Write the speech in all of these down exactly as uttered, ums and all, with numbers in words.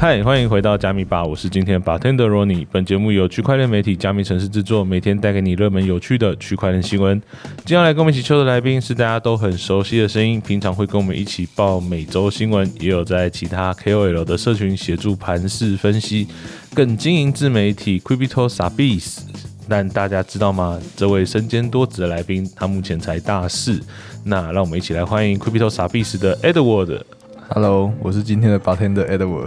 嗨，欢迎回到加密吧，我是今天的 bartender Ronnie。本节目由区块链媒体加密城市制作，每天带给你热门有趣的区块链新闻。今天要来跟我们一起秋的来宾是大家都很熟悉的声音，平常会跟我们一起报每周新闻，也有在其他 K O L 的社群协助盘势分析，更经营自媒体 Crypto Sabis。但大家知道吗？这位身兼多职的来宾，他目前才大四。那让我们一起来欢迎 Crypto Sabis 的 Edward。Hello， 我是今天的 bartender Edward。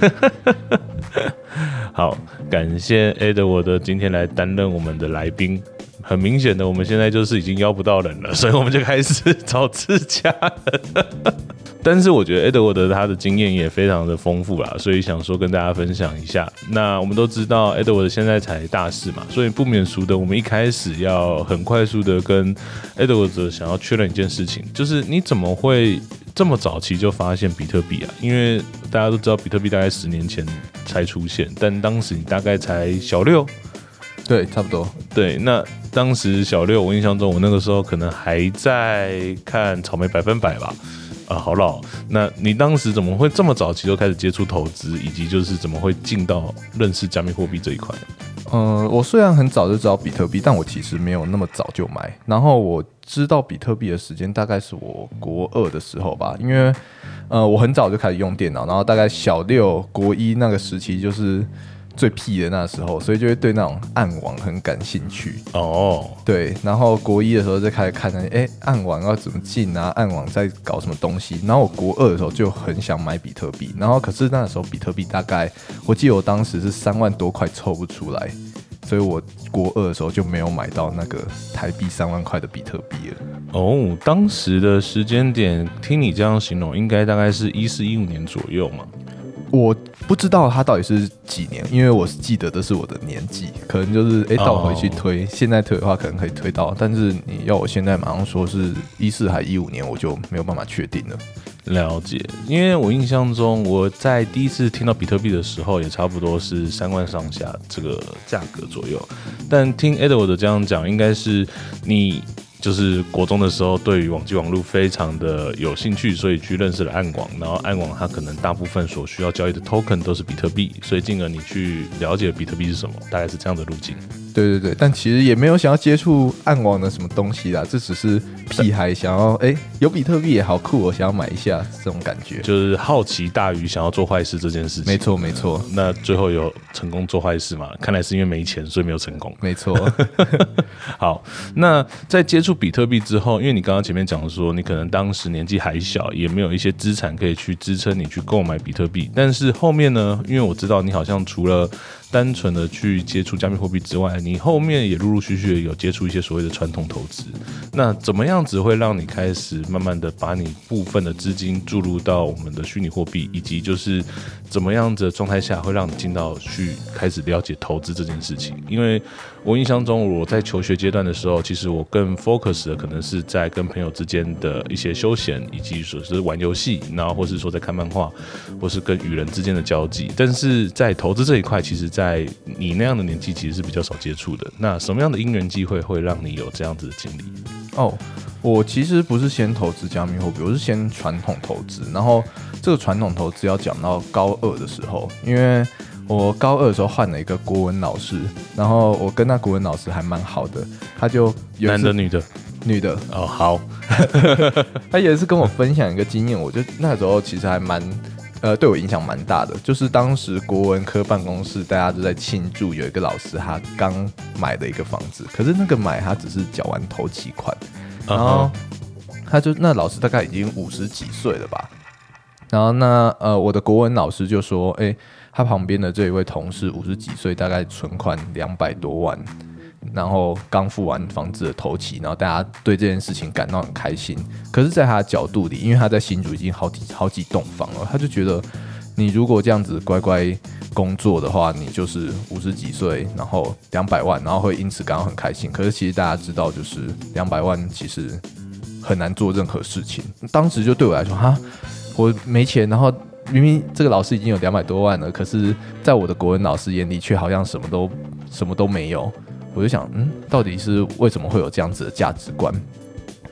好，感谢 Edward 今天来担任我们的来宾。很明显的，我们现在就是已经邀不到人了，所以我们就开始找自家人。但是我觉得 Edward 他的经验也非常的丰富啦，所以想说跟大家分享一下。那我们都知道 Edward 现在才大四嘛，所以不免俗的，我们一开始要很快速的跟 Edward 想要确认一件事情，就是你怎么会这么早期就发现比特币啊？因为大家都知道比特币大概十年前才出现，但当时你大概才小六。 对，差不多。 对，那当时小六，我印象中我那个时候可能还在看草莓百分百吧。啊，好老！那你当时怎么会这么早期就开始接触投资，以及就是怎么会进到认识加密货币这一块？ 呃，我虽然很早就知道比特币，但我其实没有那么早就买。然后我知道比特币的时间大概是我国二的时候吧，因为呃我很早就开始用电脑，然后大概小六国一那个时期就是最屁的那时候，所以就会对那种暗网很感兴趣哦。对，然后国一的时候就开始看，哎、欸，暗网要怎么进啊？暗网在搞什么东西？然后我国二的时候就很想买比特币，然后可是那时候比特币大概，我记得我当时是三万多块凑不出来，所以我国二的时候就没有买到那个台币三万块的比特币了。 哦，当时的时间点，听你这样形容，应该大概是一四一五年左右嘛。 我不知道它到底是几年，因为我记得的是我的年纪，可能就是哎，倒回去推， oh. 现在推的话可能可以推到，但是你要我现在马上说是一四还一五年，我就没有办法确定了。 了解，因为我印象中我在第一次听到比特币的时候，也差不多是三万上下这个价格左右，但听 Edward 这样讲，应该是你就是国中的时候对于网际网路非常的有兴趣，所以去认识了暗网，然后暗网它可能大部分所需要交易的 token 都是比特币，所以进而你去了解比特币是什么，大概是这样的路径。 对对对，但其实也没有想要接触暗网的什么东西啦，这只是屁孩想要哎、欸、有比特币也好酷，我想要买一下这种感觉， 就是好奇大于想要做坏事这件事情。 没错没错。 那最后有成功做坏事吗？看来是因为没钱，所以没有成功。 没错。 好，那在接触比特币之后，因为你刚刚前面讲说，你可能当时年纪还小，也没有一些资产可以去支撑你去购买比特币，但是后面呢，因为我知道你好像除了单纯的去接触加密货币之外，你后面也陆陆续续的有接触一些所谓的传统投资。那怎么样子会让你开始慢慢的把你部分的资金注入到我们的虚拟货币，以及就是怎么样子的状态下会让你进到去开始了解投资这件事情？因为我印象中我在求学阶段的时候，其实我更 focus 的可能是在跟朋友之间的一些休闲，以及说是玩游戏，然后或是说在看漫画，或是跟与人之间的交际。但是在投资这一块，其实在你那样的年纪其实是比较少接触的。那什么样的因缘机会会让你有这样子的经历？ 哦，我其实不是先投资加密货币，我是先传统投资。然后这个传统投资要讲到高二的时候，因为我高二的时候换了一个国文老师，然后我跟那国文老师还蛮好的，他就有男的女的？ 女的。 哦，好。 他也是跟我分享一个经验，我就那时候其实还蛮呃对我影响蛮大的，就是当时国文科办公室大家都在庆祝有一个老师他刚买的一个房子，可是那个买他只是缴完头期款，然后他就那老师大概已经五十几岁了吧，然后那呃我的国文老师就说，哎、欸，他旁边的这一位同事五十几岁，大概存款两百多万。然后刚付完房子的头期，然后大家对这件事情感到很开心。可是，在他的角度里，因为他在新竹已经好几好几栋房了，他就觉得你如果这样子乖乖工作的话，你就是五十几岁，然后两百万，然后会因此感到很开心。可是其实大家知道，就是两百万其实很难做任何事情。当时就对我来说，哈，我没钱，然后明明这个老师已经有两百多万了，可是在我的国文老师眼里，却好像什么都什么都没有。我就想，嗯，到底是为什么会有这样子的价值观？然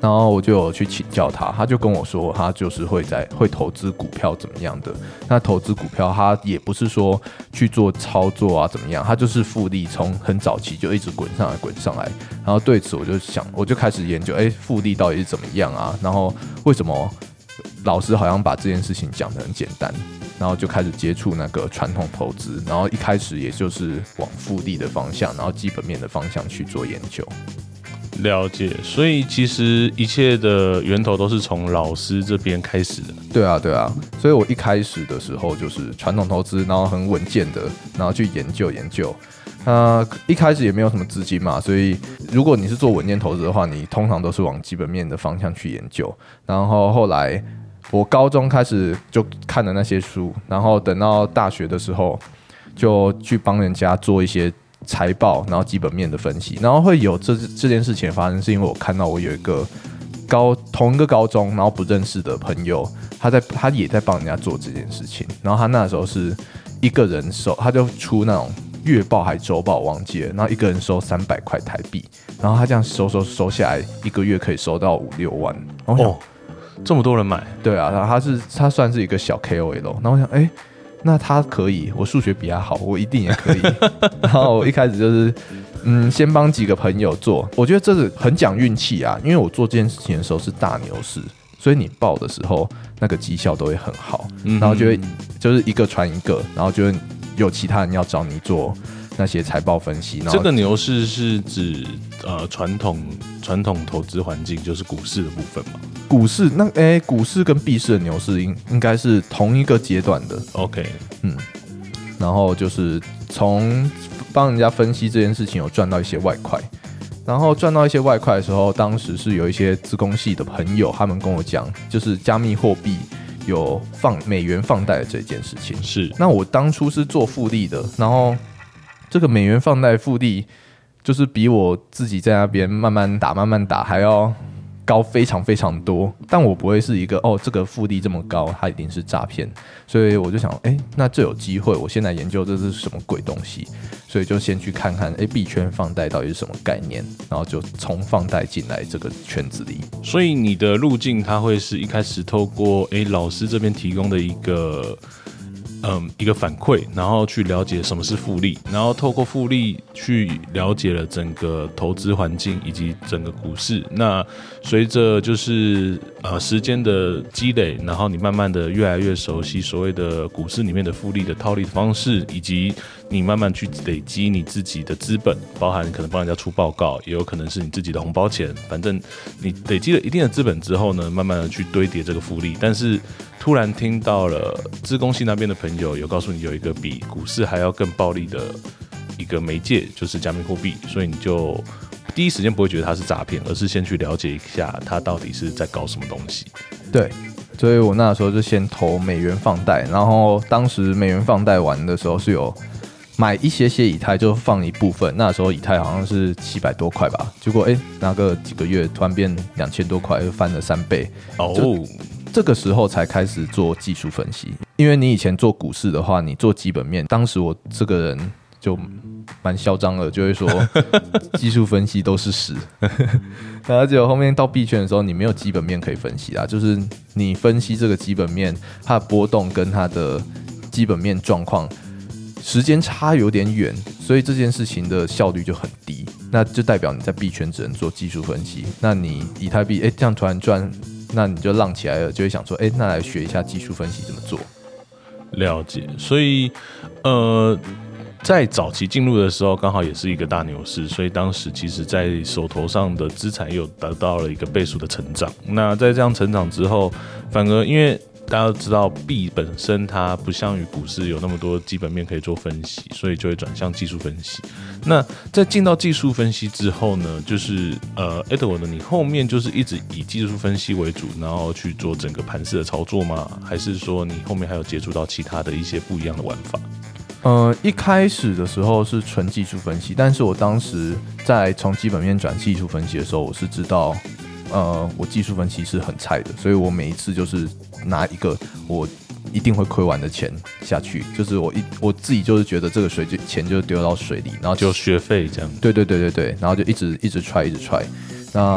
然后我就有去请教他，他就跟我说，他就是会在会投资股票怎么样的。那投资股票，他也不是说去做操作啊怎么样，他就是复利从很早期就一直滚上来滚上来。然后对此我就想，我就开始研究，哎，复利到底是怎么样啊？然后为什么老师好像把这件事情讲得很简单？然后就开始接触那个传统投资，然后一开始也就是往复利的方向，然后基本面的方向去做研究。 了解，所以其实一切的源头都是从老师这边开始的。 对啊，对啊，所以我一开始的时候就是传统投资，然后很稳健的，然后去研究研究。呃，一开始也没有什么资金嘛，所以如果你是做稳健投资的话，你通常都是往基本面的方向去研究。然后后来我高中开始就看了那些书，然后等到大学的时候就去帮人家做一些财报，然后基本面的分析，然后会有这这件事情发生，是因为我看到我有一个高同一个高中，然后不认识的朋友，他在他也在帮人家做这件事情，然后他那时候是一个人收，他就出那种月报还周报忘记了，然后一个人收三百块台币，然后他这样收收收下来，一个月可以收到五六万，然后哦，这么多人买， 对啊，然后他是他算是一个小 K O L， 然后我想，哎、欸。那他可以，我数学比他好，我一定也可以。然后我一开始就是，嗯，先帮几个朋友做，我觉得这个很讲运气啊，因为我做这件事情的时候是大牛市，所以你报的时候那个绩效都会很好，然后就会就是一个传一个，然后就会有其他人要找你做那些财报分析。然后这个牛市是指呃传统传统投资环境，就是股市的部分嘛？ 股市那哎、欸，股市跟币市的牛市应应该是同一个阶段的。 OK， 嗯，然后就是从帮人家分析这件事情，有赚到一些外快。然后赚到一些外快的时候，当时是有一些资工系的朋友，他们跟我讲，就是加密货币有放美元放贷的这件事情。 是， 那我当初是做复利的，然后这个美元放贷复利，就是比我自己在那边慢慢打、慢慢打还要高非常非常多，但我不会是一个哦，这个复利这么高，它一定是诈骗，所以我就想，哎，那这有机会，我现在研究这是什么鬼东西，所以就先去看看，哎，币圈放贷到底是什么概念，然后就从放贷进来这个圈子里。 所以你的路径，它会是一开始透过哎老师这边提供的一个。嗯，一个反馈，然后去了解什么是复利，然后透过复利去了解了整个投资环境以及整个股市。那随着就是呃时间的积累，然后你慢慢的越来越熟悉所谓的股市里面的复利的套利的方式，以及你慢慢去累积你自己的资本，包含可能帮人家出报告，也有可能是你自己的红包钱。反正你累积了一定的资本之后呢，慢慢的去堆叠这个复利，但是。突然听到了资工系那边的朋友有告诉你有一个比股市还要更暴利的一个媒介，就是加密货币，所以你就第一时间不会觉得它是诈骗，而是先去了解一下它到底是在搞什么东西。 对，所以我那时候就先投美元放贷，然后当时美元放贷完的时候是有买一些些以太，就放一部分。那时候以太好像是七百多块吧，结果哎，拿个几个月突然变两千多块，又翻了三倍。 哦。 这个时候才开始做技术分析，因为你以前做股市的话，你做基本面，当时我这个人就蛮嚣张的，就会说技术分析都是屎。然后结果后面到币圈的时候，你没有基本面可以分析啦，就是你分析这个基本面，它的波动跟它的基本面状况时间差有点远，所以这件事情的效率就很低。那就代表你在币圈只能做技术分析。那你以太币，哎，这样突然赚。那你就浪起来了，就会想说，哎、欸，那来学一下技术分析怎么做。 了解，所以呃，在早期进入的时候，刚好也是一个大牛市，所以当时其实在手头上的资产又得到了一个倍数的成长。那在这样成长之后，反而因为大家都知道币本身它不像于股市有那么多基本面可以做分析，所以就会转向技术分析。那在进到技术分析之后呢，就是呃 Edward 你后面就是一直以技术分析为主，然后去做整个盘势的操作吗？还是说你后面还有接触到其他的一些不一样的玩法？ 呃，一开始的时候是纯技术分析，但是我当时在从基本面转技术分析的时候，我是知道呃，我技术分析是很菜的，所以我每一次就是拿一个我一定会亏完的钱下去，就是我一我自己就是觉得这个水就钱就丢到水里，然后就学费这样。 对对对对对，然后就一直一直 try 一直 try。那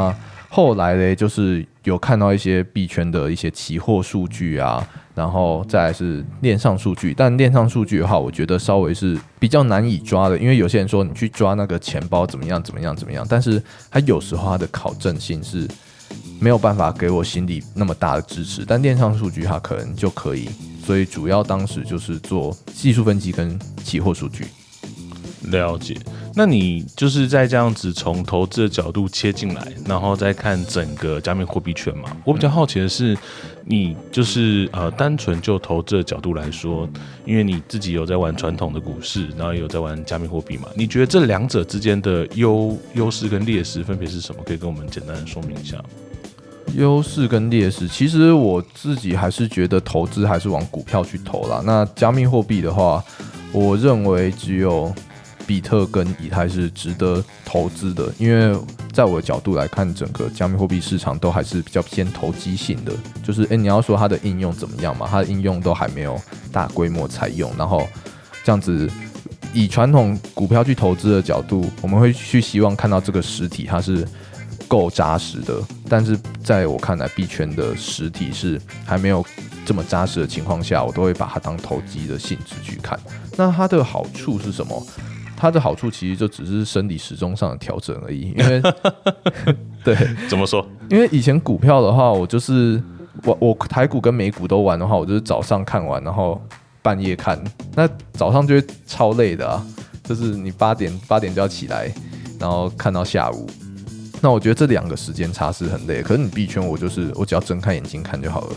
后来嘞，就是有看到一些币圈的一些期货数据啊，然后再来是链上数据。但链上数据的话，我觉得稍微是比较难以抓的，因为有些人说你去抓那个钱包怎么样怎么样怎么样，但是它有时候它的考证性是没有办法给我心里那么大的支持，但链上数据它可能就可以。所以主要当时就是做技术分析跟期货数据。 了解，那你就是在这样子从投资的角度切进来，然后再看整个加密货币圈嘛？我比较好奇的是，你就是呃单纯就投资的角度来说，因为你自己有在玩传统的股市，然后也有在玩加密货币嘛？你觉得这两者之间的优优势跟劣势分别是什么？可以跟我们简单的说明一下。 优势跟劣势，其实我自己还是觉得投资还是往股票去投啦。那加密货币的话，我认为只有比特跟以太是值得投资的，因为在我的角度来看，整个加密货币市场都还是比较偏投机性的。就是，哎、欸，你要说它的应用怎么样嘛？它的应用都还没有大规模采用，然后这样子，以传统股票去投资的角度，我们会去希望看到这个实体它是够扎实的。但是在我看来，币圈的实体是还没有这么扎实的情况下，我都会把它当投机的性质去看。那它的好处是什么？它的好处其实就只是生理时钟上的调整而已，因为对， 怎么说？ 因为以前股票的话，我就是我我台股跟美股都玩的话，我就是早上看完，然后半夜看，那早上就会超累的啊，就是你八点八点就要起来，然后看到下午。那我觉得这两个时间差是很累的，可是你币圈我就是我只要睁开眼睛看就好了。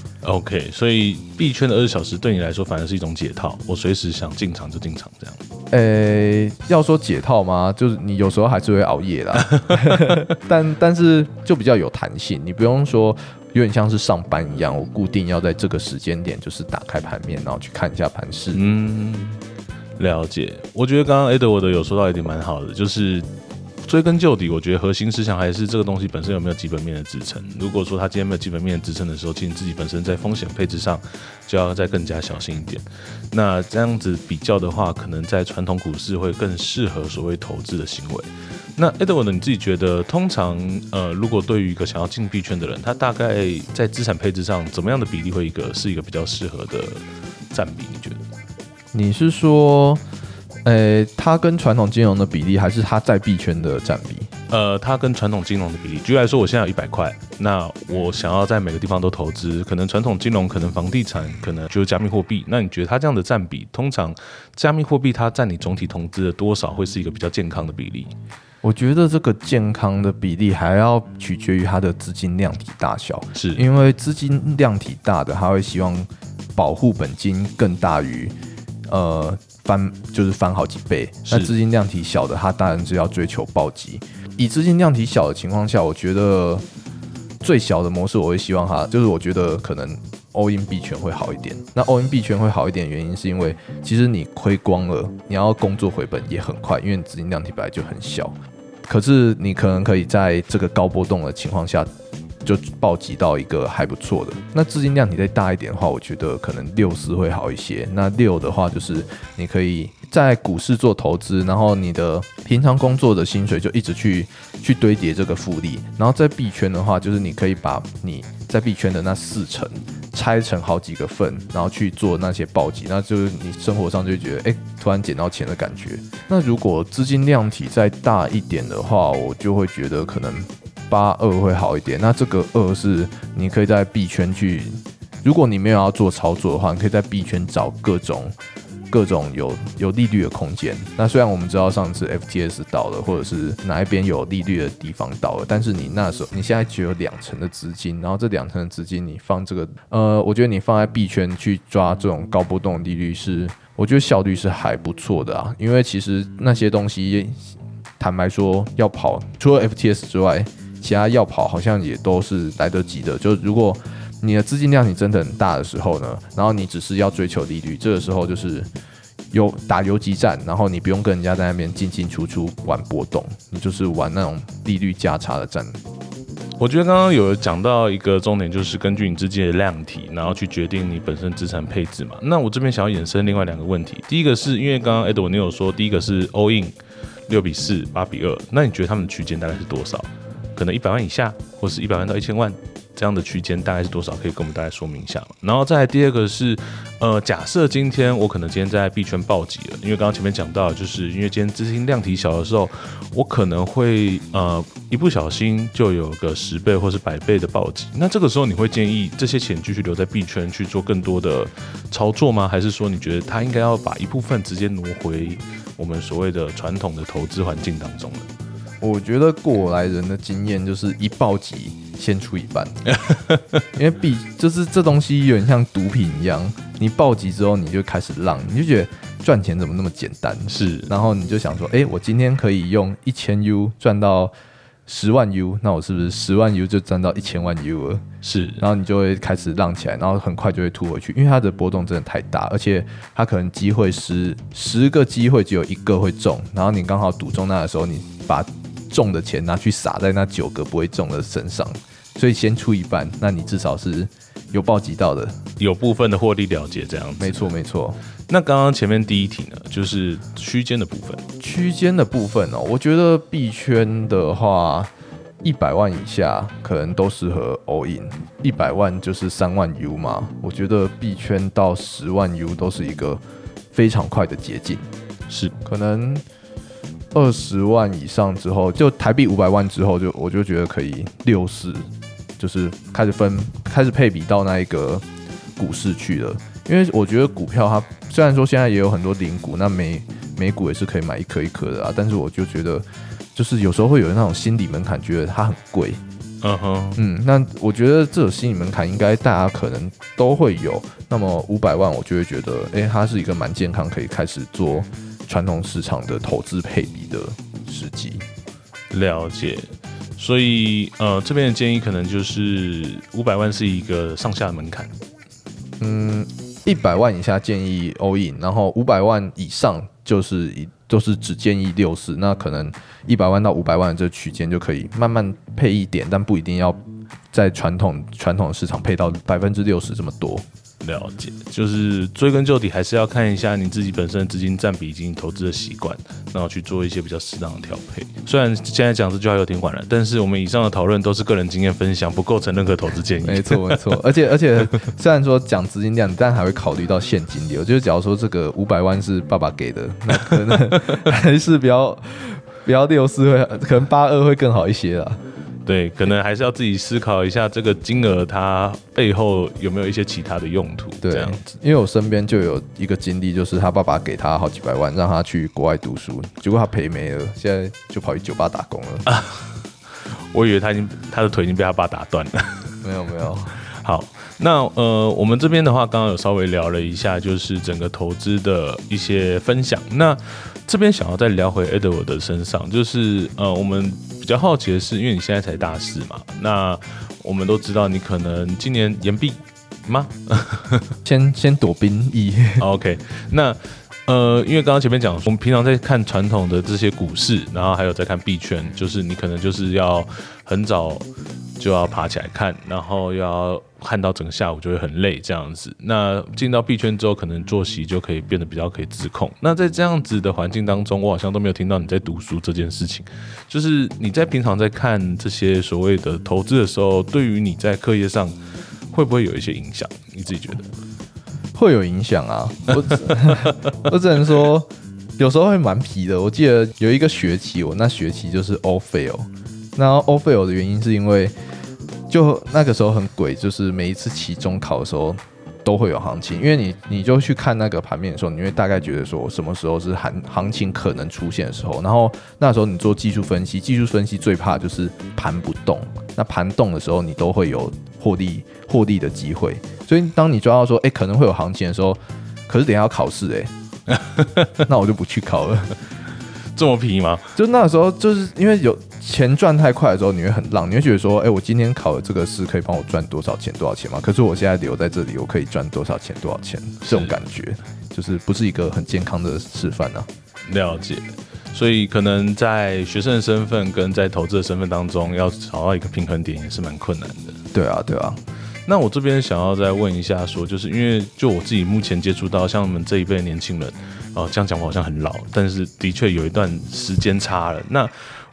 OK， 所以币圈的二十小时对你来说反而是一种解套，我随时想进场就进场这样。 呃，要说解套吗？就是你有时候还是会熬夜啦，但但是就比较有弹性，你不用说有点像是上班一样，我固定要在这个时间点就是打开盘面，然后去看一下盘势。嗯， 了解。我觉得刚刚 Edward 有说到一点蛮好的，就是追根究底，我觉得核心思想还是这个东西本身有没有基本面的支撑。如果说它今天没有基本面的支撑的时候，其实自己本身在风险配置上就要再更加小心一点。那这样子比较的话，可能在传统股市会更适合所谓投资的行为。那 Edward， 你自己觉得，通常呃，如果对于一个想要进币圈的人，他大概在资产配置上怎么样的比例会一个是一个比较适合的占比？你觉得？ 你是说？呃，它跟传统金融的比例，还是它在币圈的占比？ 呃，它跟传统金融的比例。举例来说，我现在有一百块，那我想要在每个地方都投资，可能传统金融，可能房地产，可能就是加密货币。那你觉得它这样的占比，通常加密货币它占你总体投资的多少，会是一个比较健康的比例？ 我觉得这个健康的比例还要取决于它的资金量体大小， 是因为资金量体大的，它会希望保护本金更大于呃。翻就是翻好几倍，那资金量体小的，它当然是要追求暴击。以资金量体小的情况下，我觉得最小的模式，我会希望它就是，我觉得可能 all in 币圈会好一点。那 all in 币圈会好一点，原因是因为其实你亏光了，你要工作回本也很快，因为你资金量体本来就很小。可是你可能可以在这个高波动的情况下，就暴击到一个还不错的。那资金量体再大一点的话，我觉得可能六四会好一些。那六的话，就是你可以在股市做投资，然后你的平常工作的薪水就一直去去堆叠这个复利。然后在币圈的话，就是你可以把你在币圈的那四成拆成好几个份，然后去做那些暴击，那就是你生活上就会觉得，哎、欸，突然捡到钱的感觉。那如果资金量体再大一点的话，我就会觉得可能八二会好一点。那这个二是你可以在币圈去，如果你没有要做操作的话，你可以在币圈找各种各种有有利率的空间。那虽然我们知道上次 F T S 倒了，或者是哪一边有利率的地方倒了，但是你那时候你现在只有两成的资金，然后这两成的资金你放这个，呃，我觉得你放在币圈去抓这种高波动的利率是，我觉得效率是还不错的啊。因为其实那些东西，坦白说要跑，除了 F T S 之外，其他要跑好像也都是来得及的。就如果你的资金量你真的很大的时候呢，然后你只是要追求利率，这个时候就是有打游击战，然后你不用跟人家在那边进进出出玩波动，你就是玩那种利率价差的战。 我觉得刚刚有讲到一个重点，就是根据你资金的量体，然后去决定你本身资产配置嘛。那我这边想要衍生另外两个问题，第一个是因为刚刚 Edward 你有说，第一个是 all in 六比四、八比二，那你觉得他们的区间大概是多少？ 可能一百万以下，或是一百万到一千万这样的区间大概是多少？可以跟我们大概说明一下。然后再来第二个是，呃，假设今天我可能今天在币圈暴击了，因为刚刚前面讲到，就是因为今天资金量体小的时候，我可能会呃一不小心就有个十倍或是百倍的暴击。那这个时候你会建议这些钱继续留在币圈去做更多的操作吗？还是说你觉得他应该要把一部分直接挪回我们所谓的传统的投资环境当中呢？ 我觉得过来人的经验就是一暴击先出一半，因为币就是这东西有点像毒品一样，你暴击之后你就开始浪，你就觉得赚钱怎么那么简单？ 是， 然后你就想说，哎、欸，我今天可以用一千 U 赚到十万 U， 那我是不是十万 U 就赚到一千万 U 了？ 是， 然后你就会开始浪起来，然后很快就会吐回去，因为它的波动真的太大，而且它可能机会十十个机会只有一个会中，然后你刚好赌中那的时候，你把中的钱拿去撒在那九个不会中的身上，所以先出一半，那你至少是有暴击到的， 有部分的获利了结这样子。 没错没错。 那刚刚前面第一题呢，就是区间的部分。 区间的部分哦，我觉得币圈的话，一百万以下可能都适合 all in， 一百万就是三万 U 嘛，我觉得币圈到十万 U 都是一个非常快的捷径。 是， 可能二十万以上之后，就台币五百万之后就，我就觉得可以六四，就是开始分，开始配比到那一个股市去了。因为我觉得股票它虽然说现在也有很多零股，那美美股也是可以买一颗一颗的啊，但是我就觉得，就是有时候会有那种心理门槛，觉得它很贵。 嗯哼， 嗯，那我觉得这种心理门槛应该大家可能都会有。那么五百万，我就会觉得，哎、欸，它是一个蛮健康，可以开始做传统市场的投资配比的时机。 了解。所以呃，这边的建议可能就是五百万是一个上下的门槛。 嗯，一百万以下建议 all in， 然后五百万以上就是就是只建议六四。那可能一百万到五百万的这区间就可以慢慢配一点，但不一定要在传统传统市场配到百分之六十这么多。 了解，就是追根究底，还是要看一下你自己本身的资金占比以及你投资的习惯，然后去做一些比较适当的调配。虽然现在讲这句话有点晚了，但是我们以上的讨论都是个人经验分享，不构成任何投资建议。 没错，没错。而且而且，虽然说讲资金量，但还会考虑到现金流。就是假如说这个五百万是爸爸给的，那可能还是比较比较六四会，可能八二会更好一些啦。 对，可能还是要自己思考一下这个金额它背后有没有一些其他的用途。 对， 这样子。 因为我身边就有一个经历，就是他爸爸给他好几百万，让他去国外读书，结果他赔没了，现在就跑去酒吧打工了。啊、 我以为他已经他的腿已经被他爸打断了。 没有没有。 好，那呃，我们这边的话，刚刚有稍微聊了一下，就是整个投资的一些分享。那这边想要再聊回 Edward 的身上，就是呃，我们比较好奇的是，因为你现在才大四嘛，那我们都知道你可能今年延毕吗？ 先先躲兵役。 OK， 那呃，因为刚刚前面讲，我们平常在看传统的这些股市，然后还有在看币圈，就是你可能就是要很早就要爬起来看，然后要看到整个下午就会很累这样子。那进到币圈之后，可能作息就可以变得比较可以自控。那在这样子的环境当中，我好像都没有听到你在读书这件事情。就是你在平常在看这些所谓的投资的时候，对于你在课业上会不会有一些影响？你自己觉得？ 会有影响啊，我只我只能说，有时候会蛮皮的。我记得有一个学期，我那学期就是 all fail。那 all fail 的原因是因为，就那个时候很鬼，就是每一次期中考的时候都会有行情，因为你你就去看那个盘面的时候，你会大概觉得说什么时候是行行情可能出现的时候。然后那时候你做技术分析，技术分析最怕就是盘不动。那盘动的时候，你都会有获利获利的机会。所以当你抓到说，哎、欸，可能会有行情的时候，可是等一下要考试，哎，那我就不去考了。 这么皮吗？ 就那个时候，就是因为有钱赚太快的时候，你会很浪，你会觉得说，哎、欸，我今天考的这个试可以帮我赚多少钱多少钱吗？可是我现在留在这里，我可以赚多少钱多少钱？这种感觉，就是不是一个很健康的示范啊。 了解。所以可能在学生的身份跟在投资的身份当中，要找到一个平衡点也是蛮困难的。 对啊，对啊。 那我这边想要再问一下说，就是因为就我自己目前接触到像我们这一辈的年轻人，哦、呃，这样讲我好像很老，但是的确有一段时间差了。那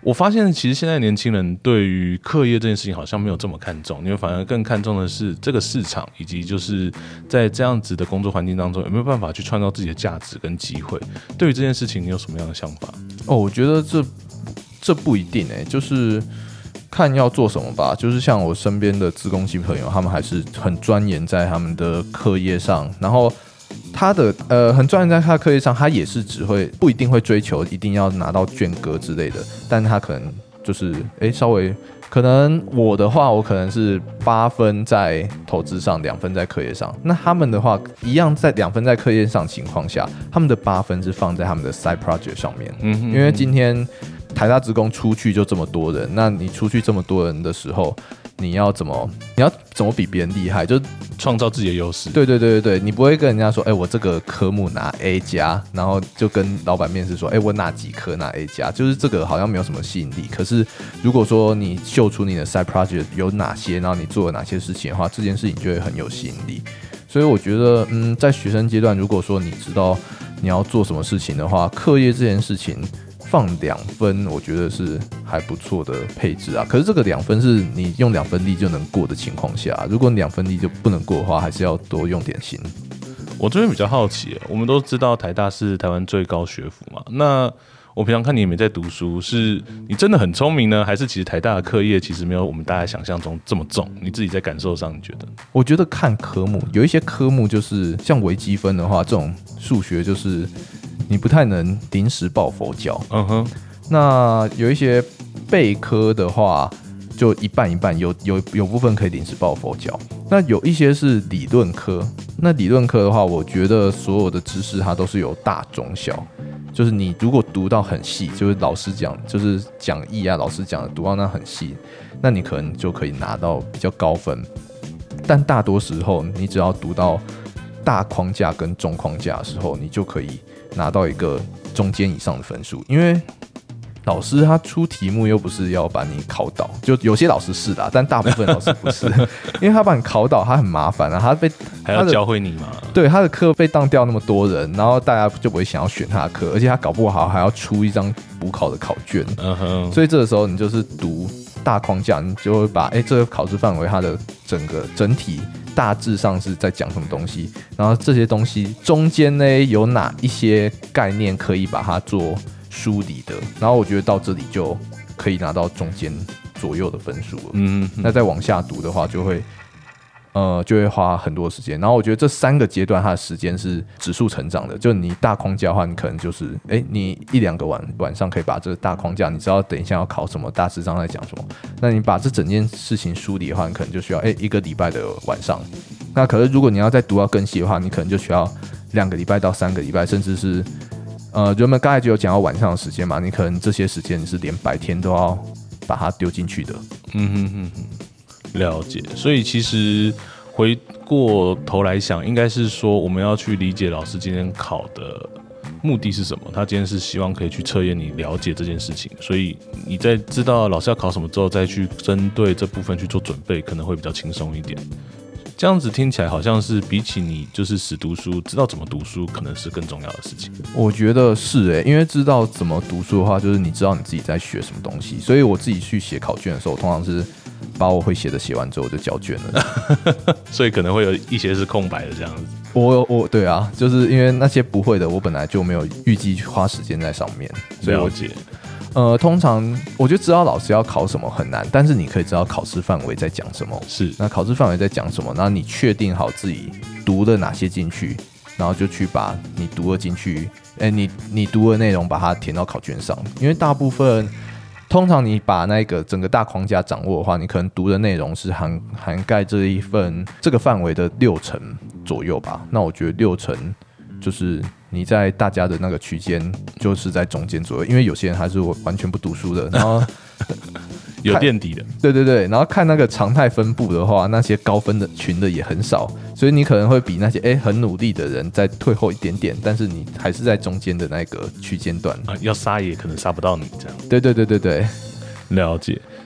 我发现其实现在年轻人对于课业这件事情好像没有这么看重，因为反而更看重的是这个市场，以及就是在这样子的工作环境当中有没有办法去创造自己的价值跟机会。对于这件事情，你有什么样的想法？ 哦，我觉得这这不一定哎、欸，就是看要做什么吧。就是像我身边的资工系朋友，他们还是很钻研在他们的课业上，然后他的呃很钻研在他的课业上，他也是只会不一定会追求一定要拿到卷哥之类的，但他可能就是哎、欸、稍微。可能我的话，我可能是八分在投资上，两分在课业上。那他们的话，一样在两分在课业上情况下，他们的八分是放在他们的 side project 上面。嗯哼嗯，因为今天台大职工出去就这么多人，那你出去这么多人的时候，你要怎么你要怎么比别人厉害？就创造自己的优势。 对对对对对，你不会跟人家说，哎、欸，我这个科目拿 A 加，然后就跟老板面试说，哎、欸，我哪几科拿 A 加，就是这个好像没有什么吸引力。可是如果说你秀出你的 side project 有哪些，然后你做了哪些事情的话，这件事情就会很有吸引力。所以我觉得，嗯，在学生阶段，如果说你知道你要做什么事情的话，课业这件事情放两分，我觉得是还不错的配置啊。可是这个两分是你用两分力就能过的情况下，如果你两分力就不能过的话，还是要多用点心。 我这边比较好奇，我们都知道台大是台湾最高学府嘛，那我平常看你也没在读书，是你真的很聪明呢，还是其实台大的课业其实没有我们大家想象中这么重？你自己在感受上，你觉得？ 我觉得看科目，有一些科目就是像微积分的话，这种数学就是你不太能临时抱佛脚。嗯哼。那有一些备科的话，就一半一半，有有有部分可以临时抱佛脚。那有一些是理论科，那理论科的话，我觉得所有的知识它都是有大中小。就是你如果读到很细，就是老师讲，就是讲义啊，老师讲的读到那很细，那你可能就可以拿到比较高分。但大多时候，你只要读到大框架跟中框架的时候，你就可以拿到一个中间以上的分数，因为老师他出题目又不是要把你考倒，就有些老师是啦，但大部分老师不是，因为他把你考倒，他很麻烦啊，他被还要教会你嘛。 对，他的课被当掉那么多人，然后大家就不会想要选他的课，而且他搞不好还要出一张补考的考卷。嗯哼，所以这个时候你就是读大框架，你就会把哎、欸、这个考试范围它的整个整体大致上是在讲什么东西，然后这些东西中间呢有哪一些概念可以把它做梳理的，然后我觉得到这里就可以拿到中间左右的分数了。嗯，那再往下读的话，就会呃就会花很多时间。然后我觉得这三个阶段它的时间是指数成长的。就你大框架的话，你可能就是哎、欸，你一两个晚晚上可以把这个大框架，你知道等一下要考什么，大致上在讲什么。那你把这整件事情梳理的话，你可能就需要哎、欸、一个礼拜的晚上。那可是如果你要再读到更细的话，你可能就需要两个礼拜到三个礼拜，甚至是。呃，人们刚才就有讲到晚上的时间嘛，你可能这些时间你是连白天都要把它丢进去的。嗯哼哼哼， 了解。所以其实回过头来想，应该是说我们要去理解老师今天考的目的是什么。他今天是希望可以去测验你了解这件事情，所以你在知道老师要考什么之后，再去针对这部分去做准备，可能会比较轻松一点。这样子听起来好像是比起你就是死读书，知道怎么读书，可能是更重要的事情。 我觉得是诶、欸，因为知道怎么读书的话，就是你知道你自己在学什么东西。所以我自己去写考卷的时候，通常是把我会写的写完之后就交卷了。 所以可能会有一些是空白的这样子。 我我对啊，就是因为那些不会的，我本来就没有预计花时间在上面，所以我了解。 呃，通常我觉得知道老师要考什么很难，但是你可以知道考试范围在讲什么。 是， 那考试范围在讲什么？那你确定好自己读了哪些进去，然后就去把你读了进去，哎、欸，你你读的内容把它填到考卷上。因为大部分，通常你把那个整个大框架掌握的话，你可能读的内容是涵涵盖这一份这个范围的六成左右吧。那我觉得六成就是你在大家的那个区间，就是在中间左右，因为有些人还是完全不读书的，然后有垫底的， 对对对，然后看那个常态分布的话，那些高分的群的也很少，所以你可能会比那些哎、欸、很努力的人再退后一点点，但是你还是在中间的那个区间段、 啊，要杀也可能杀不到你这样。 对对对对对， 了解。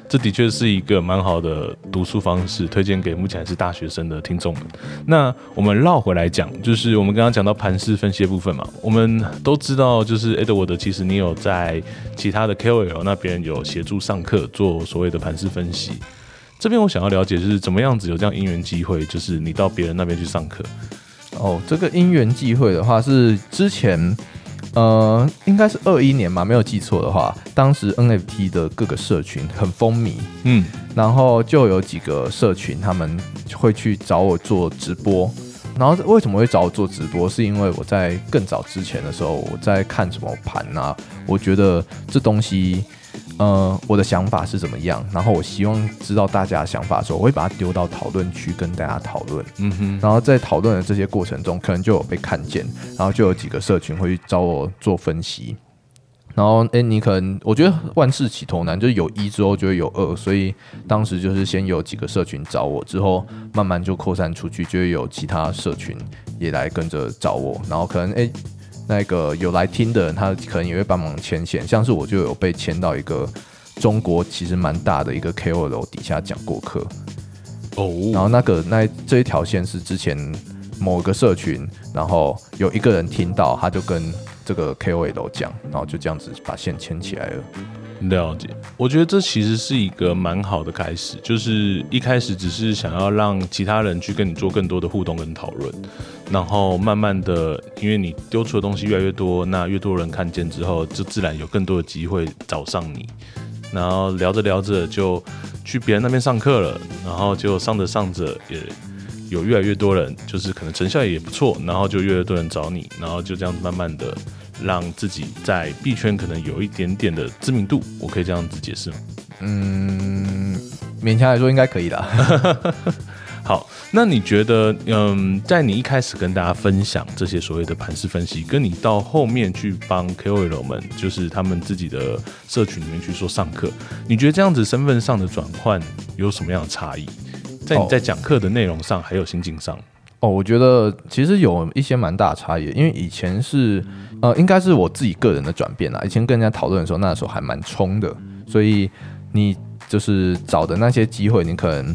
这的确是一个蛮好的读书方式，推荐给目前还是大学生的听众们。那我们绕回来讲，就是我们刚刚讲到盘势分析的部分嘛，我们都知道，就是 Edward 其实你有在其他的 K O L 那边有协助上课做所谓的盘势分析。这边我想要了解就是怎么样子有这样因缘机会，就是你到别人那边去上课。 哦，这个因缘际会的话是之前。呃，应该是二一年嘛，没有记错的话，当时 N F T 的各个社群很风靡，嗯，然后就有几个社群他们会去找我做直播，然后为什么会找我做直播？是因为我在更早之前的时候，我在看什么盘啊，我觉得这东西。呃，我的想法是怎么样？然后我希望知道大家的想法的时候，我会把它丢到讨论区跟大家讨论。嗯哼。然后在讨论的这些过程中，可能就有被看见，然后就有几个社群会去找我做分析。然后，哎，你可能我觉得万事起头难，就是有一之后就会有二，所以当时就是先有几个社群找我，之后慢慢就扩散出去，就会有其他社群也来跟着找我，然后可能哎。那个有来听的人，他可能也会帮忙牵线，像是我就有被牵到一个中国其实蛮大的一个 K O L 底下讲过课，哦，然后那个那这一条线是之前某个社群，然后有一个人听到，他就跟这个 K O L 讲，然后就这样子把线牵起来了。 了解，我觉得这其实是一个蛮好的开始，就是一开始只是想要让其他人去跟你做更多的互动跟讨论，然后慢慢的，因为你丢出的东西越来越多，那越多人看见之后，就自然有更多的机会找上你，然后聊着聊着就去别人那边上课了，然后就上着上着也有越来越多人，就是可能成效也不错，然后就越来越多人找你，然后就这样子慢慢的。让自己在币圈可能有一点点的知名度，我可以这样子解释吗？ 嗯，勉强来说应该可以啦。 好，那你觉得，嗯，在你一开始跟大家分享这些所谓的盘势分析，跟你到后面去帮 K O L 们，就是他们自己的社群里面去做上课，你觉得这样子身份上的转换有什么样的差异？在你在讲课的内容上，还有心境上？ 哦，我觉得其实有一些蛮大的差异，因为以前是呃，应该是我自己个人的转变啦。以前跟人家讨论的时候，那时候还蛮冲的，所以你就是找的那些机会，你可能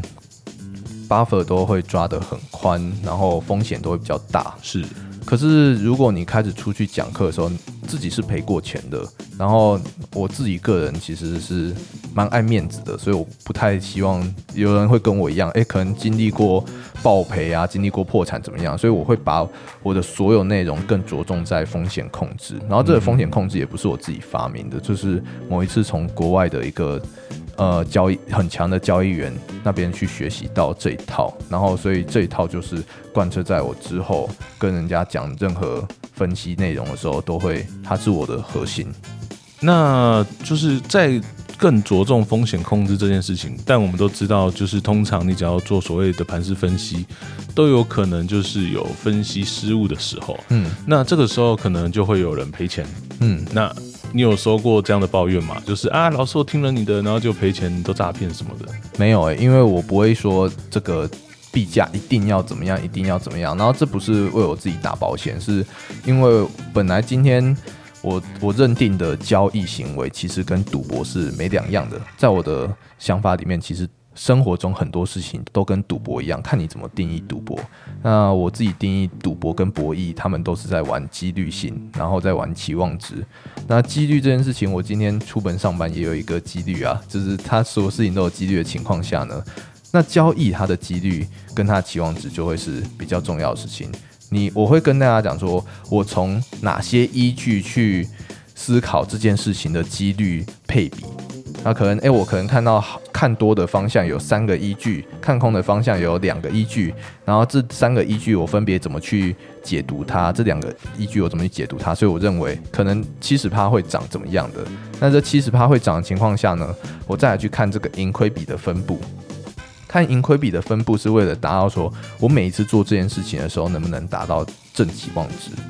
buffer 都会抓得很宽，然后风险都会比较大。 是， 可是如果你开始出去讲课的时候，自己是赔过钱的，然后我自己个人其实是蛮爱面子的，所以我不太希望有人会跟我一样，哎，可能经历过爆赔啊，经历过破产怎么样，所以我会把我的所有内容更着重在风险控制，然后这个风险控制也不是我自己发明的，就是某一次从国外的一个呃交易很强的交易员那边去学习到这一套，然后所以这一套就是贯彻在我之后跟人家讲任何分析内容的时候，都会它是我的核心。 那就是在更着重风险控制这件事情，但我们都知道，就是通常你只要做所谓的盘势分析，都有可能就是有分析失误的时候。嗯，那这个时候可能就会有人赔钱。嗯，那你有收过这样的抱怨吗？就是啊，老师我听了你的，然后就赔钱，都诈骗什么的？ 没有诶、欸，因为我不会说这个币价一定要怎么样，一定要怎么样。然后这不是为我自己打保险，是因为本来今天。我我认定的交易行为其实跟赌博是没两样的，在我的想法里面，其实生活中很多事情都跟赌博一样，看你怎么定义赌博。那我自己定义赌博跟博弈，他们都是在玩几率性，然后在玩期望值。那几率这件事情，我今天出门上班也有一个几率啊，就是他所有事情都有几率的情况下呢，那交易它的几率跟它的期望值就会是比较重要的事情。你我会跟大家讲说，我从哪些依据去思考这件事情的几率配比。那可能，哎、欸，我可能看到看多的方向有三个依据，看空的方向有两个依据，然后这三个依据我分别怎么去解读它，这两个依据我怎么去解读它，所以我认为可能 百分之七十 会涨怎么样的。那这 百分之七十 会涨的情况下呢，我再来去看这个盈亏比的分布。看盈亏比的分布是为了达到说，我每一次做这件事情的时候，能不能达到正期望值。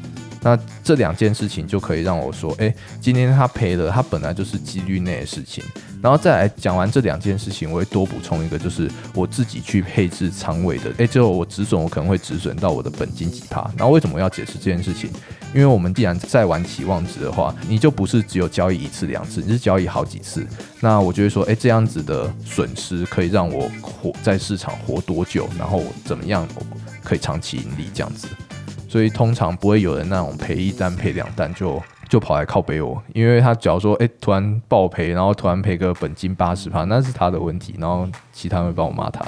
那这两件事情就可以让我说，哎，今天他赔了，他本来就是几率内的事情。然后再来讲完这两件事情，我会多补充一个，就是我自己去配置仓位的。哎，最后我止损，我可能会止损到我的本金几趴。然后为什么要解释这件事情？因为我们既然在玩期望值的话，你就不是只有交易一次两次，你是交易好几次。那我就会说，哎，这样子的损失可以让我活在市场活多久，然后怎么样可以长期盈利这样子。所以通常不会有人那种赔一单赔两单就就跑来靠背我，因为他假如说哎、欸、突然爆赔，然后突然赔个本金八十趴，那是他的问题，然后其他人会帮我骂他。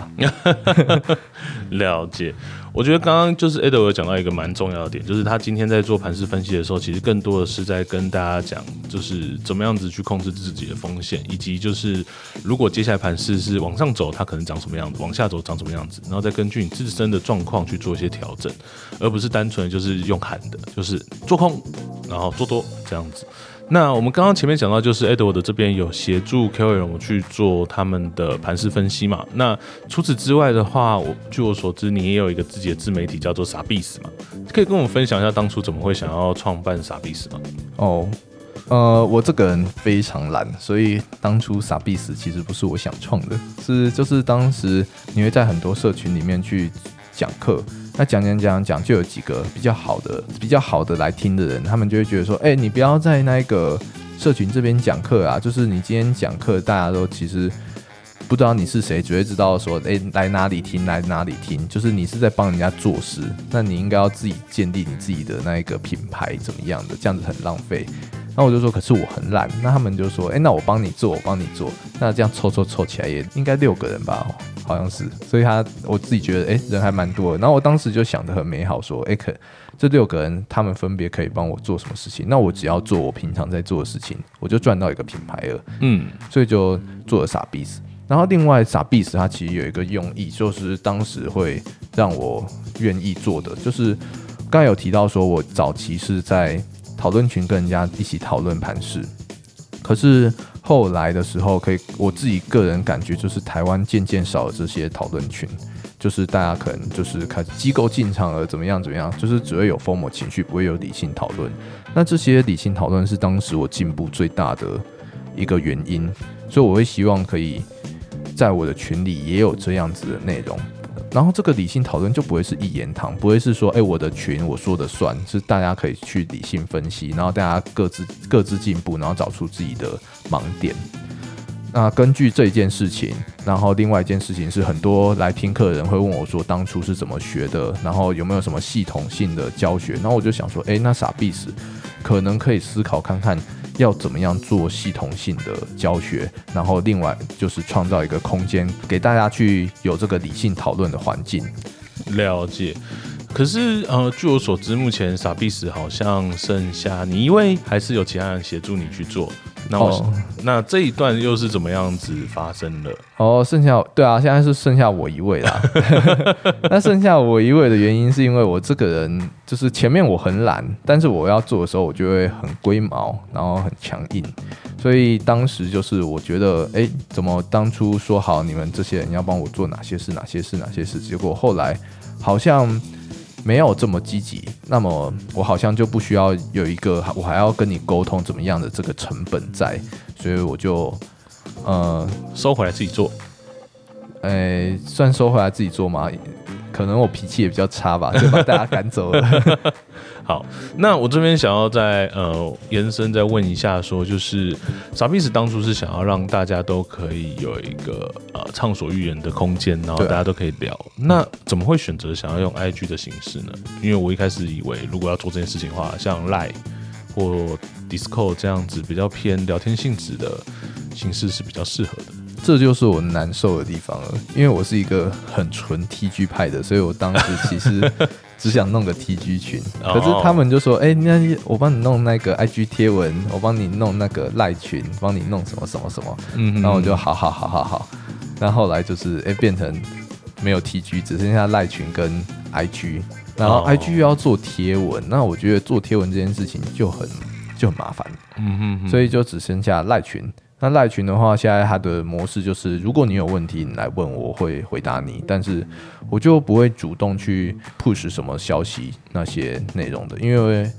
了解，我觉得刚刚就是 Edward 有讲到一个蛮重要的点，就是他今天在做盘势分析的时候，其实更多的是在跟大家讲，就是怎么样子去控制自己的风险，以及就是如果接下来盘势是往上走，它可能长什么样子，往下走长什么样子，然后再根据你自身的状况去做一些调整，而不是单纯就是用喊的，就是做空，然后做多这样子。那我们刚刚前面讲到，就是 Edward 这边有协助 K O L 去做他们的盘势分析嘛。那除此之外的话，我据我所知，你也有一个自己的自媒体叫做傻币斯嘛，可以跟我们分享一下当初怎么会想要创办傻币斯吗？ 哦，呃，我这个人非常懒，所以当初傻币斯其实不是我想创的，是就是当时你会在很多社群里面去讲课。那讲讲讲讲，就有几个比较好的、比较好的来听的人，他们就会觉得说：“哎、欸，你不要在那个社群这边讲课啊，就是你今天讲课，大家都其实不知道你是谁，只会知道说，哎、欸，来哪里听，来哪里听，就是你是在帮人家做事，那你应该要自己建立你自己的那一个品牌，怎么样的？这样子很浪费。”那我就说，可是我很懒。那他们就说，哎、欸，那我帮你做，我帮你做。那这样凑凑凑起来也应该六个人吧，好像是。所以他我自己觉得，哎、欸，人还蛮多的。然后我当时就想得很美好，说，哎、欸，可这六个人他们分别可以帮我做什么事情？那我只要做我平常在做的事情，我就赚到一个品牌了。嗯，所以就做了傻币斯。然后另外傻币斯它其实有一个用意，就是当时会让我愿意做的，就是刚才有提到说我早期是在讨论群跟人家一起讨论盘势，可是后来的时候，可以我自己个人感觉就是台湾渐渐少了这些讨论群，就是大家可能就是开始机构进场了，怎么样怎么样，就是只会有 F O M O 情绪，不会有理性讨论。那这些理性讨论是当时我进步最大的一个原因，所以我会希望可以在我的群里也有这样子的内容。然后这个理性讨论就不会是一言堂，不会是说，哎、欸，我的群我说的算，是大家可以去理性分析，然后大家各自各自进步，然后找出自己的盲点。那根据这一件事情，然后另外一件事情是，很多来听课的人会问我说，当初是怎么学的，然后有没有什么系统性的教学？然后我就想说，哎、欸，那傻币斯可能可以思考看看。要怎么样做系统性的教学，然后另外就是创造一个空间给大家去有这个理性讨论的环境。 了解。可是呃，据我所知，目前傻币斯好像剩下你一位，还是有其他人协助你去做？那我、哦、那这一段又是怎么样子发生的？ 哦，剩下对啊，现在是剩下我一位啦。那剩下我一位的原因是因为我这个人就是前面我很懒，但是我要做的时候我就会很龟毛，然后很强硬，所以当时就是我觉得，哎，怎么当初说好你们这些人要帮我做哪些事、哪些事、哪些事，结果后来好像没有这么积极，那么我好像就不需要有一个我还要跟你沟通怎么样的这个成本在，所以我就呃收回来自己做， 诶，算收回来自己做嘛，可能我脾气也比较差吧，就把大家赶走了。 好，那我这边想要再呃延伸再问一下说，就是傻币斯当初是想要让大家都可以有一个呃畅所欲言的空间，然后大家都可以聊。啊、那怎么会选择想要用 I G 的形式呢？因为我一开始以为如果要做这件事情的话，像 Line 或 Discord 这样子比较偏聊天性质的形式是比较适合的。 这就是我难受的地方了，因为我是一个很纯 T G 派的，所以我当时其实只想弄个 T G 群，可是他们就说：“哎、欸，那我帮你弄那个 I G 贴文，我帮你弄那个赖群，帮你弄什么什么什么。”嗯，然后我就好好好好好。那后来就是哎、欸、变成没有 T G， 只剩下赖群跟 I G， 然后 I G 又要做贴文，那我觉得做贴文这件事情就很就很麻烦，嗯哼哼，所以就只剩下赖群。那赖群的话，现在它的模式就是，如果你有问题，你来问我，我会回答你，但是我就不会主动去 push 什么消息那些内容的，因为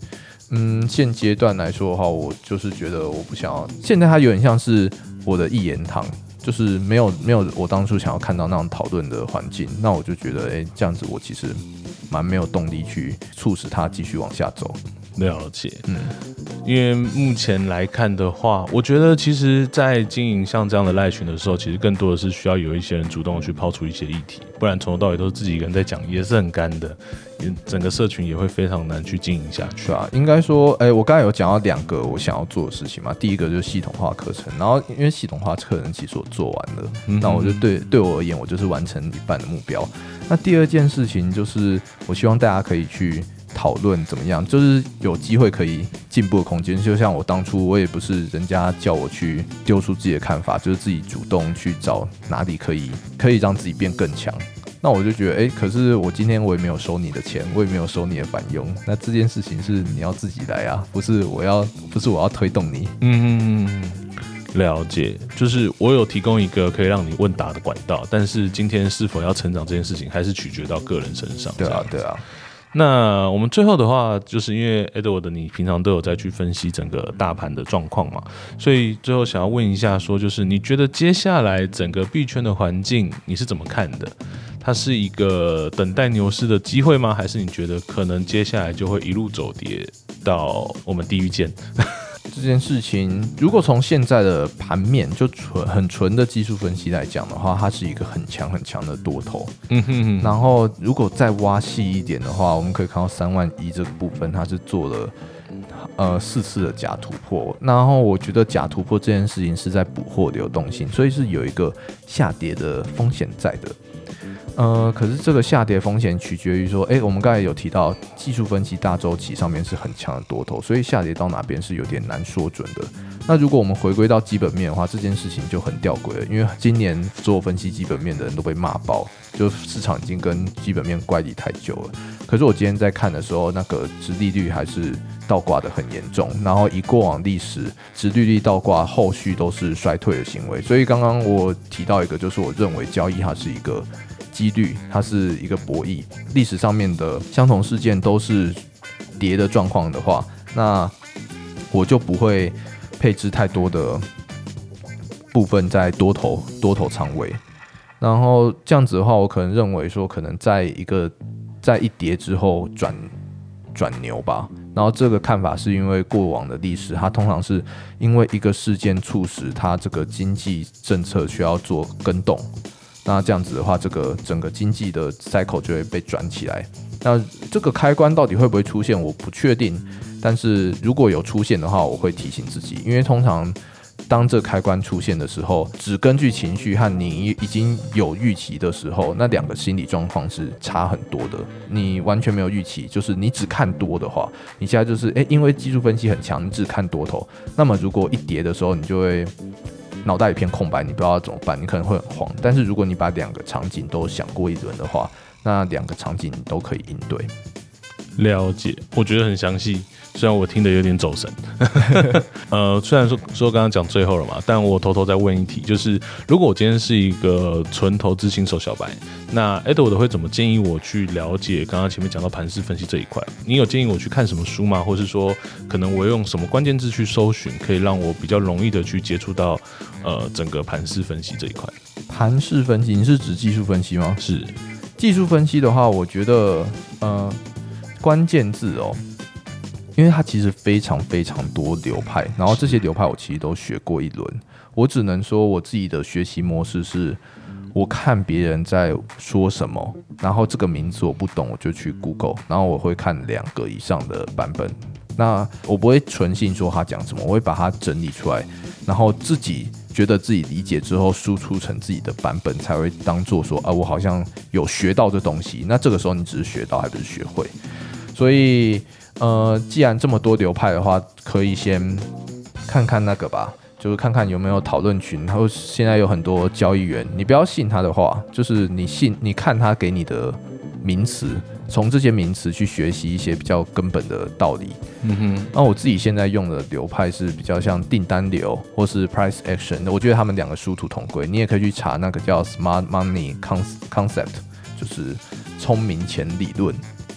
嗯，现阶段来说的话，我就是觉得我不想要。现在它有点像是我的一言堂，就是没有没有我当初想要看到那种讨论的环境。那我就觉得，哎、欸，这样子我其实蛮没有动力去促使它继续往下走。 了解，嗯，因为目前来看的话，我觉得其实，在经营像这样的赖群的时候，其实更多的是需要有一些人主动去抛出一些议题，不然从头到尾都是自己一个人在讲，也是很干的，也整个社群也会非常难去经营下去。 对啊，应该说，哎、欸，我刚才有讲到两个我想要做的事情嘛，第一个就是系统化课程，然后因为系统化课程其实我做完了，嗯、那我就对对我而言，我就是完成一半的目标。那第二件事情就是，我希望大家可以去讨论怎么样，就是有机会可以进步的空间。就像我当初，我也不是人家叫我去丢出自己的看法，就是自己主动去找哪里可以可以让自己变更强。那我就觉得，哎、欸，可是我今天我也没有收你的钱，我也没有收你的返佣，那这件事情是你要自己来啊，不是我要，不是我要推动你。 嗯。了解，就是我有提供一个可以让你问答的管道，但是今天是否要成长这件事情，还是取决到个人身上。 对啊，对啊。 那我们最后的话，就是因为 Edward 你平常都有在去分析整个大盘的状况嘛，所以最后想要问一下说，就是你觉得接下来整个币圈的环境你是怎么看的？它是一个等待牛市的机会吗？还是你觉得可能接下来就会一路走跌到我们地狱见？ 这件事情，如果从现在的盘面就纯很纯的技术分析来讲的话，它是一个很强很强的多头。嗯哼哼。然后如果再挖细一点的话，我们可以看到三万一这个部分，它是做了呃四次的假突破。然后我觉得假突破这件事情是在捕获流动性，所以是有一个下跌的风险在的。呃，可是这个下跌风险取决于说，哎、欸，我们刚才有提到技术分析大周期上面是很强的多头，所以下跌到哪边是有点难说准的。那如果我们回归到基本面的话，这件事情就很吊诡了，因为今年所有分析基本面的人都被骂爆，就市场已经跟基本面乖离太久了。可是我今天在看的时候，那个殖利率还是倒挂的很严重，然后以过往历史，殖利率倒挂后续都是衰退的行为。所以刚刚我提到一个，就是我认为交易它是一个几率，它是一个博弈。历史上面的相同事件都是跌的状况的话，那我就不会配置太多的部分在多头多头仓位。然后这样子的话，我可能认为说，可能在一个在一跌之后转转牛吧。然后这个看法是因为过往的历史，它通常是因为一个事件促使它这个经济政策需要做更动。那这样子的话，这个整个经济的 cycle 就会被转起来。那这个开关到底会不会出现，我不确定。但是如果有出现的话，我会提醒自己，因为通常当这开关出现的时候，只根据情绪和你已经有预期的时候，那两个心理状况是差很多的。你完全没有预期，就是你只看多的话，你现在就是哎、欸，因为技术分析很强，你只看多头。那么如果一跌的时候，你就会脑袋一片空白，你不知道怎么办，你可能会很慌。但是如果你把两个场景都想过一轮的话，那两个场景你都可以应对。 了解，我觉得很详细，虽然我听得有点走神。呃，虽然说说刚刚讲最后了嘛，但我偷偷再问一题，就是如果我今天是一个纯投资新手小白，那 Edward 会怎么建议我去了解刚刚前面讲到盘势分析这一块？你有建议我去看什么书吗？或是说，可能我用什么关键字去搜寻，可以让我比较容易的去接触到呃整个盘势分析这一块？ 盘势分析，你是指技术分析吗？ 是。 技术分析的话，我觉得呃关键字哦，因为它其实非常非常多流派，然后这些流派我其实都学过一轮。我只能说我自己的学习模式是，我看别人在说什么，然后这个名字我不懂，我就去 Google， 然后我会看两个以上的版本。那我不会纯信说他讲什么，我会把它整理出来，然后自己觉得自己理解之后输出成自己的版本，才会当做说啊，我好像有学到这东西。那这个时候你只是学到，还不是学会。所以呃，既然这么多流派的话，可以先看看那个吧，就是看看有没有讨论群。然后现在有很多交易员，你不要信他的话，就是你信，你看他给你的名词，从这些名词去学习一些比较根本的道理。嗯哼，那我自己现在用的流派是比较像订单流或是 price action， 我觉得他们两个殊途同归。你也可以去查那个叫 smart money concept， 就是聪明钱理论。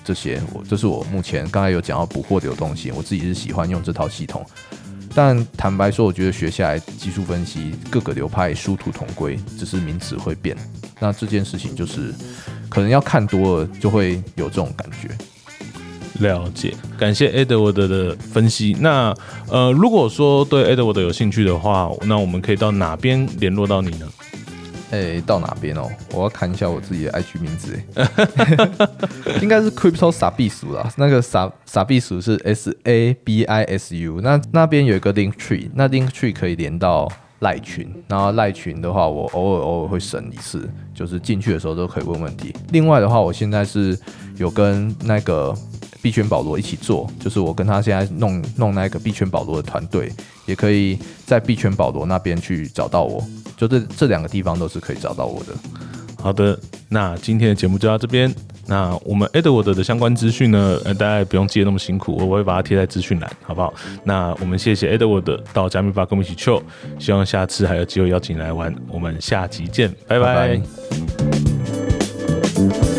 这些，我这是我目前刚才有讲到捕获流动性，我自己是喜欢用这套系统。但坦白说，我觉得学下来技术分析各个流派殊途同归，只是名词会变。那这件事情就是可能要看多了，就会有这种感觉。 了解，感谢 Edward 的分析。那呃，如果说对 Edward 有兴趣的话，那我们可以到哪边联络到你呢？ 哎、欸，到哪边哦？我要看一下我自己的 I G 名字，应该是 Crypto 傻避暑啦。那个傻傻避暑是 S A B I S U， 那那边有一个 Link Tree， 那 Link Tree 可以连到赖群，然后赖群的话，我偶尔偶尔会审一次，就是进去的时候都可以问问题。另外的话，我现在是有跟那个币圈保罗一起做，就是我跟他现在弄弄那个币圈保罗的团队，也可以在币圈保罗那边去找到我，就这这两个地方都是可以找到我的。 好的，那今天的节目就到这边。那我们 Edward 的相关资讯呢，呃，大家也不用记得那么辛苦，我会把它贴在资讯栏，好不好？那我们谢谢 Edward 到加密吧跟我们一起 chill， 希望下次还有机会邀请你来玩，我们下集见，拜拜。 拜拜。